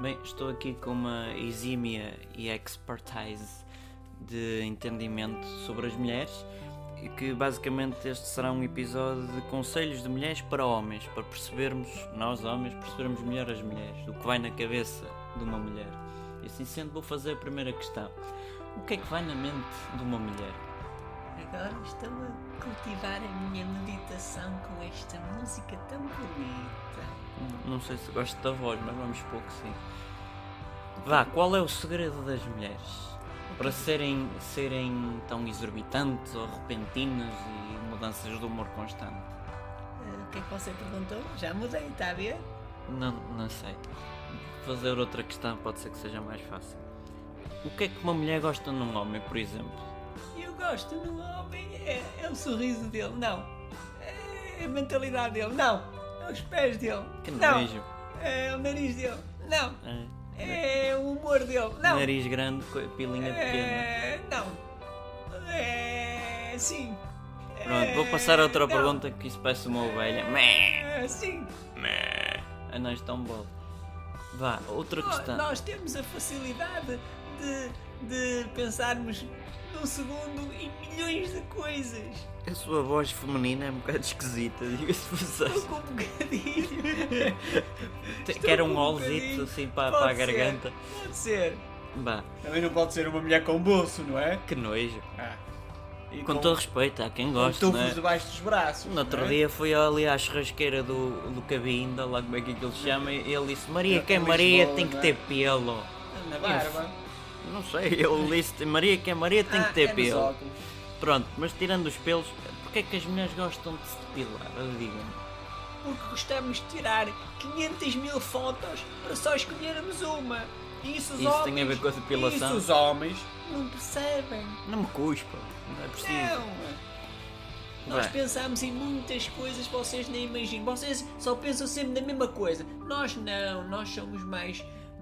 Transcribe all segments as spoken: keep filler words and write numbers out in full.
Bem, estou aqui com uma exímia e expertise de entendimento sobre as mulheres e que basicamente este será um episódio de conselhos de mulheres para homens, para percebermos, nós homens, percebermos melhor as mulheres, o que vai na cabeça de uma mulher. E assim sendo, vou fazer a primeira questão. O que é que vai na mente de uma mulher? Agora estou a cultivar a minha meditação com esta música tão bonita. Não sei se gosto da voz, mas vamos supor que sim. Vá, qual é o segredo das mulheres para serem, serem tão exorbitantes ou repentinas e mudanças de humor constante? Uh, o que é que você perguntou? Já mudei, está a ver? Não, não sei. Fazer outra questão pode ser que seja mais fácil. O que é que uma mulher gosta num homem, por exemplo? Eu gosto no homem, é, é o sorriso dele, não. É a mentalidade dele, não. É os pés dele, Que não. nojo. É o nariz dele, não. É. É o humor dele, não. Nariz grande, co- pilinha pequena. É... Não. É... Sim. Pronto, vou passar a outra Não. pergunta que isso parece uma ovelha. Mé, É... Sim. mé. Anões tão bom. Vá, outra Nós, questão. nós temos a facilidade de, de pensarmos num segundo em milhões de coisas. A sua voz feminina é um bocado esquisita, diga-se Estou passagem. com um bocadinho. Quer um com um olzito bocadinho. assim para, Pode para a ser. garganta. Pode ser. Vá, Também não pode ser uma mulher com bolso, não é? que nojo. Ah. E Com todo respeito, há quem com goste, não tufos é? debaixo dos braços. No outro não é? dia fui ali à churrasqueira do, do Cabinda, lá como é que aquilo se chama, e ele disse: Maria, É, quem é em Maria Lisboa, tem que não é? ter pelo. Na barba. Não sei, ele disse: Maria, quem é Maria tem Ah, que ter é nos pelo. óculos. Pronto, mas tirando os pelos, porque é que as mulheres gostam de se depilar? Digam-me. Porque gostamos de tirar quinhentas mil fotos para só escolhermos uma. E isso os Isso homens tem a ver com a Isso depilação? os homens. não percebem. Não me cuspa, não é preciso. Não. Nós Bem. pensamos em muitas coisas que vocês nem imaginam. Vocês só pensam sempre na mesma coisa. Nós não. Nós somos mais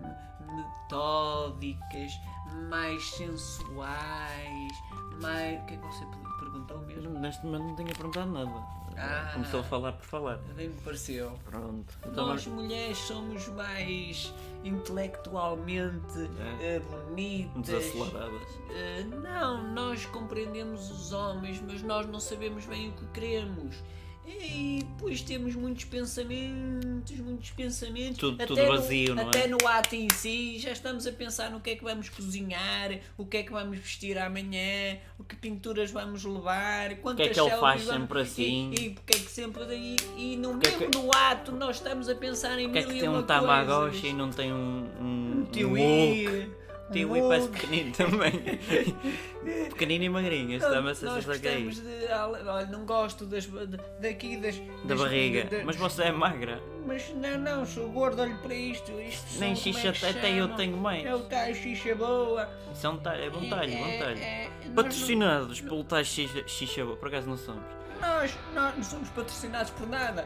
metódicas, mais sensuais, mais... O que é que você perguntou mesmo? Neste momento não tinha perguntado nada. Ah. Começou a falar por falar. Nem me pareceu. Pronto. Então, Nós mulheres somos mais intelectualmente É. eh, bonitas. desaceleradas. Eh, não, nós compreendemos os homens, mas nós não sabemos bem o que queremos. E depois temos muitos pensamentos, muitos pensamentos. Tudo- até tudo vazio, no, não é? Até no ato em si, já estamos a pensar no que é que vamos cozinhar, o que é que vamos vestir amanhã, o que pinturas vamos levar, quantas que é que ele selfies faz vamos- sempre assim? E, e porque é que sempre daí, e no Porque é mesmo que- no ato nós estamos a pensar em Porque é mil que e tem uma um Tamagotchi coisas. e não tem um, um, Um Tiwi, Hulk? um Tiwi parece Hulk. pequenino também. Pequenino e magrinho, este dá-me a Nós sensação que é gostamos isso. de. Olha, não gosto das, de- daqui das. Da das- barriga. da- Mas você é magra. Mas não, não, sou gordo, olho para isto. isto Nem são- como xixa é que até eu chamam? tenho mais. É o tal xixa boa. Isso é, um talho, é bom talho, bom É, talho. é, nós Patrocinados pelo talho xixa, xixa boa, por acaso não somos. Nós, nós não somos patrocinados por nada.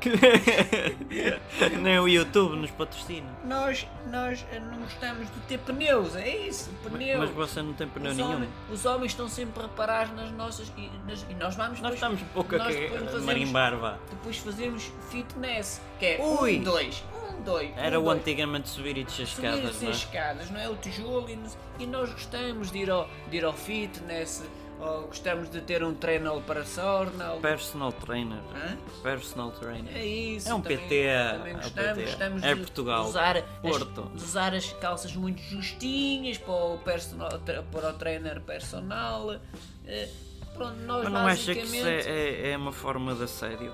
Nem o YouTube nos patrocina. Nós, nós eh, não gostamos de ter pneus, é isso, pneus. Mas você não tem pneu os, nenhum. homens, os homens estão sempre a reparar nas nossas. E, nas- e nós vamos Nós depois- estamos um pouco a nós que- depois a fazemos- marimbar, vá. Depois fazemos fitness, que é Ui. um, dois, um, dois. Era um, o dois. antigamente subir e descer Subir escadas, as não é? escadas, não é? O tijolo e, nos- e nós gostamos de ir ao, de ir ao fitness, ou gostamos de ter um treino personal. Personal trainer. Hã? Personal trainer. É isso. É um também, P T, Também é um gostamos, P T. gostamos É de, Portugal, de usar, Porto. As, de usar as calças muito justinhas para o, personal, tra- para o trainer personal. Eh, Pronto, nós Mas não acha que isso basicamente... é, é, é uma forma de assédio?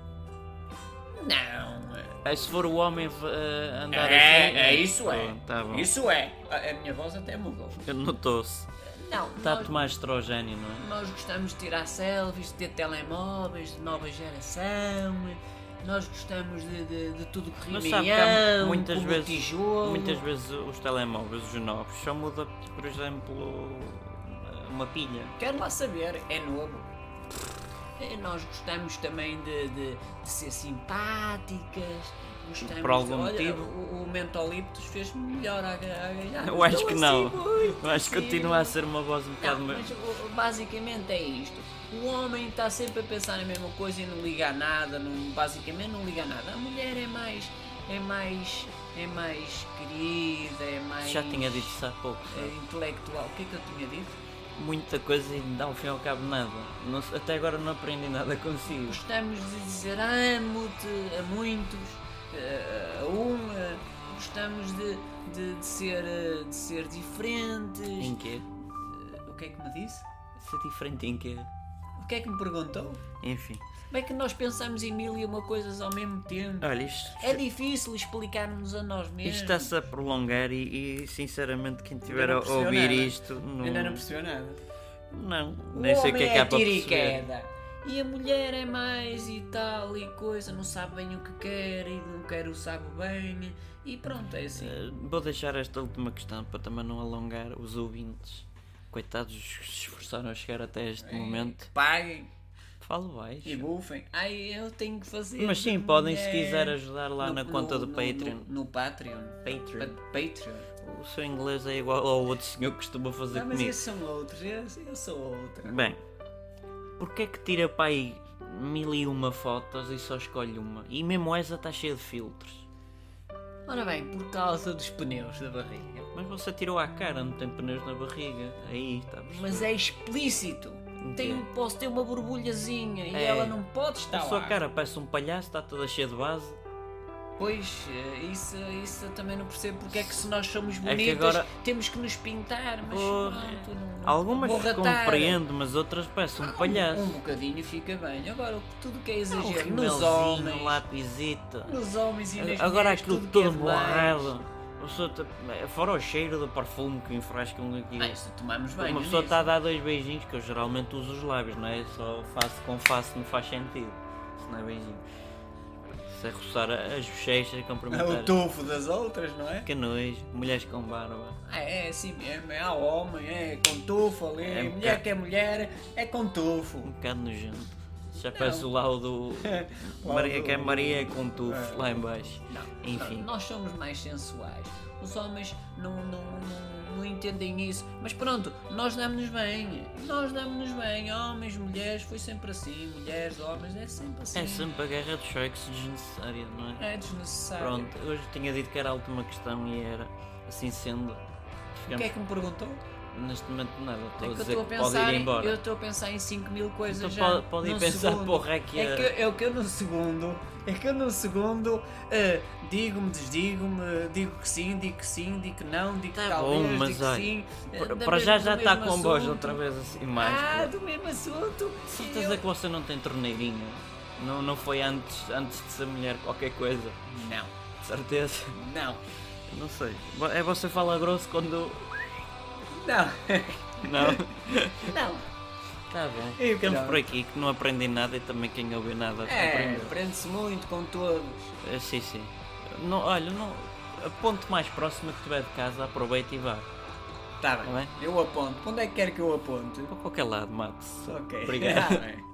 Não. É, se for o homem uh, andar É, assim... é isso é. Pronto, tá bom. Isso é. A, a minha voz até mudou. Notou-se. Não, Está a nós- tomar estrogénio, não é? Nós gostamos de tirar selfies, de ter telemóveis de nova geração. Nós gostamos de, de, de tudo que Mas rima sabe em que há ão, muitas como vezes, tijolo. muitas vezes os telemóveis, os novos, só muda, por exemplo, uma pilha. Quero lá saber, é novo. Eh, Nós gostamos também de, de, de ser simpáticas. Gostamos Por algum de, olha, motivo? O, o Mentoliptus fez-me melhor a, a ganhar. Eu acho que não. Assim, muito, Eu acho que sim. continua a ser uma voz um Não, bocado... mas o- basicamente é isto. O homem está sempre a pensar na mesma coisa e não liga a nada, não, basicamente não liga a nada. A mulher é mais, é mais, é mais querida, é mais... Já tinha dito isso há pouco, é sabe? intelectual. O que é que eu tinha dito? Muita coisa e ao fim e ao cabo nada. Não se- até agora não aprendi nada consigo. Gostamos de dizer amo-te a muitos, a, a um, a- gostamos de, de, de ser, eh, de ser diferentes. Em quê? O que é que me disse? Ser diferente em quê? O que é que me perguntou? Enfim. Como é que nós pensamos em mil e uma coisas ao mesmo tempo? Olha, isto, É difícil explicarmos a nós mesmos. isto está-se a prolongar e, e, sinceramente quem tiver não a percebeu ouvir nada. isto não, Ainda não percebeu nada. não, O nem sei o homem que é que há para tira e perceber. queda. E a mulher é mais e tal e coisa, não sabe bem o que quer e não quer o sabe bem. E pronto, é assim. Eh, Vou deixar esta última questão para também não alongar os ouvintes. Coitados, se esforçaram a chegar até este momento. Paguem Falo baixo. e bufem. Ai, eu tenho que fazer. Mas sim, de podem se mulher. quiser ajudar lá No- na no- conta do no- Patreon. No, no Patreon. Patreon. Pa- Patreon. O seu inglês é igual ao outro senhor que costuma fazer Não, mas comigo. esses são outros, eu, eu sou outra. Bem, porque é que tira para aí mil e uma fotos e só escolhe uma? E mesmo essa está cheia de filtros. Ora bem, por causa dos pneus da barriga. Mas você tirou à cara, não tem pneus na barriga. Aí, está a perceber? Mas é explícito. Tenho, posso ter uma borbulhazinha e É. ela não pode A estar sua lá. cara parece um palhaço, está toda cheia de base. Pois, eh, isso, isso eu também não percebo porque é que se nós somos que bonitas agora- temos que nos pintar, mas Porra. pronto, não, não- Algumas vou ratar. compreendo, mas outras parece um palhaço. Um, um bocadinho fica bem. Agora, tudo que é Um exagero nos rimelzinho, homens, um lápisito. nos homens e nas Agora mulheres, aquilo tudo que é todo demais. borrado. A pessoa tá- Fora o cheiro do perfume que enfrascam aqui. Ah, isso tomamos bem. Uma pessoa está a dar dois beijinhos, que eu geralmente uso os lábios, não é? Só face com face não faz sentido. Isso não é beijinho. Isso é roçar as bochechas, É cumprimentar. o tufo das outras, não é? Que nojo, mulheres com barba. Ah, é assim mesmo, é ao homem, é com tufo ali, É um mulher bocado- que é mulher, é com tufo. Um bocado nojento. Já parece o laudo. Laudo- Maria, que é Maria com tufos É. lá em baixo. Não, Enfim. não, nós somos mais sensuais. Os homens não, não, não, não entendem isso. Mas pronto, nós damos-nos bem. Nós damos-nos bem. Homens, mulheres, foi sempre assim. Mulheres, homens, é sempre assim. É sempre a guerra dos sexos desnecessária, não é? É desnecessário. Pronto, hoje tinha dito que era a última questão e era. Assim sendo. O que Ficamos é que me perguntou? neste momento nada. É Estou a que eu dizer estou a que pode pensar, ir em, embora. eu estou a pensar em cinco mil coisas Então já. pode- pode ir num pensar, segundo. porra, é que é é- que, é que eu no segundo, é que eu no segundo eh, digo-me, desdigo-me, digo que sim, digo que sim, digo que não, digo que Tá talvez, bom, mas digo olha, que sim. eh, Para da para mesma- já do já está mesmo com voz assunto. outra vez assim mais. Ah, pô. do mesmo assunto. Certeza Eu- que você não tem torneirinha. Não, não foi antes, antes de ser mulher qualquer coisa. Não, Certeza. não, Não sei. É você fala grosso quando. não, Não. não. Tá bom. E Ficamos pronto. por aqui que não aprendi nada e também quem ouviu nada É, aprendeu. aprende-se muito com todos. É, sim, sim. Não, olha, não, a ponte mais próxima que tiver de casa, aproveita e vá. Tá Tá bem, bem? eu aponto. Onde é que quer que eu aponte? Para qualquer lado, mate-se. Ok. Obrigado. Tá bem.